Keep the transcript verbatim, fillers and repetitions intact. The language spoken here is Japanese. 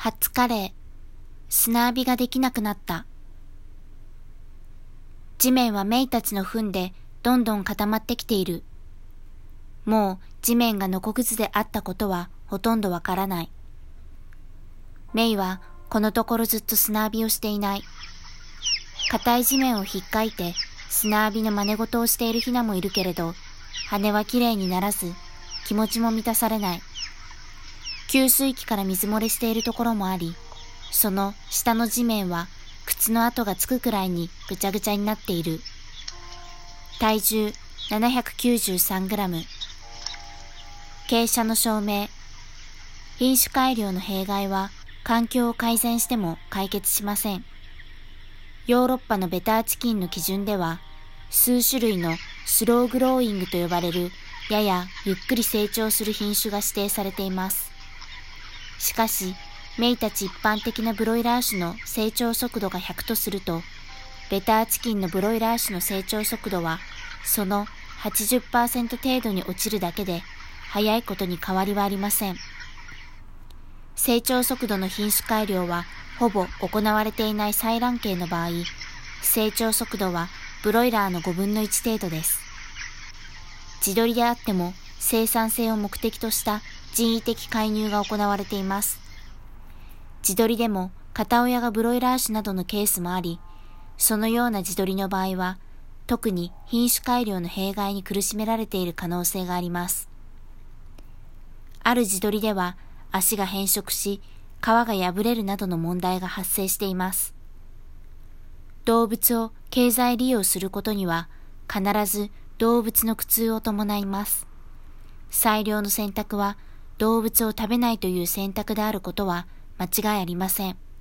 ハッツカレー、砂浴びができなくなった。地面はメイたちの糞でどんどん固まってきている。もう地面がノコグズであったことはほとんどわからない。メイはこのところずっと砂浴びをしていない。硬い地面をひっかいて砂浴びの真似事をしているヒナもいるけれど、羽はきれいにならず、気持ちも満たされない。給水器から水漏れしているところもあり、その下の地面は靴の跡がつくくらいにぐちゃぐちゃになっている。体重 ななひゃくきゅうじゅうさんグラム。傾斜の証明。品種改良の弊害は環境を改善しても解決しません。ヨーロッパのベターチキンの基準では、数種類のスローグローイングと呼ばれるややゆっくり成長する品種が指定されています。しかし、メイたち一般的なブロイラー種の成長速度がひゃくとすると、ベターチキンのブロイラー種の成長速度はその はちじゅっパーセント 程度に落ちるだけで、早いことに変わりはありません。成長速度の品種改良はほぼ行われていない採卵系の場合、成長速度はブロイラーのごぶんのいち程度です。地鶏であっても生産性を目的とした人為的介入が行われています。地鶏でも片親がブロイラー種などのケースもあり、そのような地鶏の場合は、特に品種改良の弊害に苦しめられている可能性があります。ある地鶏では足が変色し、皮が破れるなどの問題が発生しています。動物を経済利用することには必ず動物の苦痛を伴います。最良の選択は動物を食べないという選択であることは間違いありません。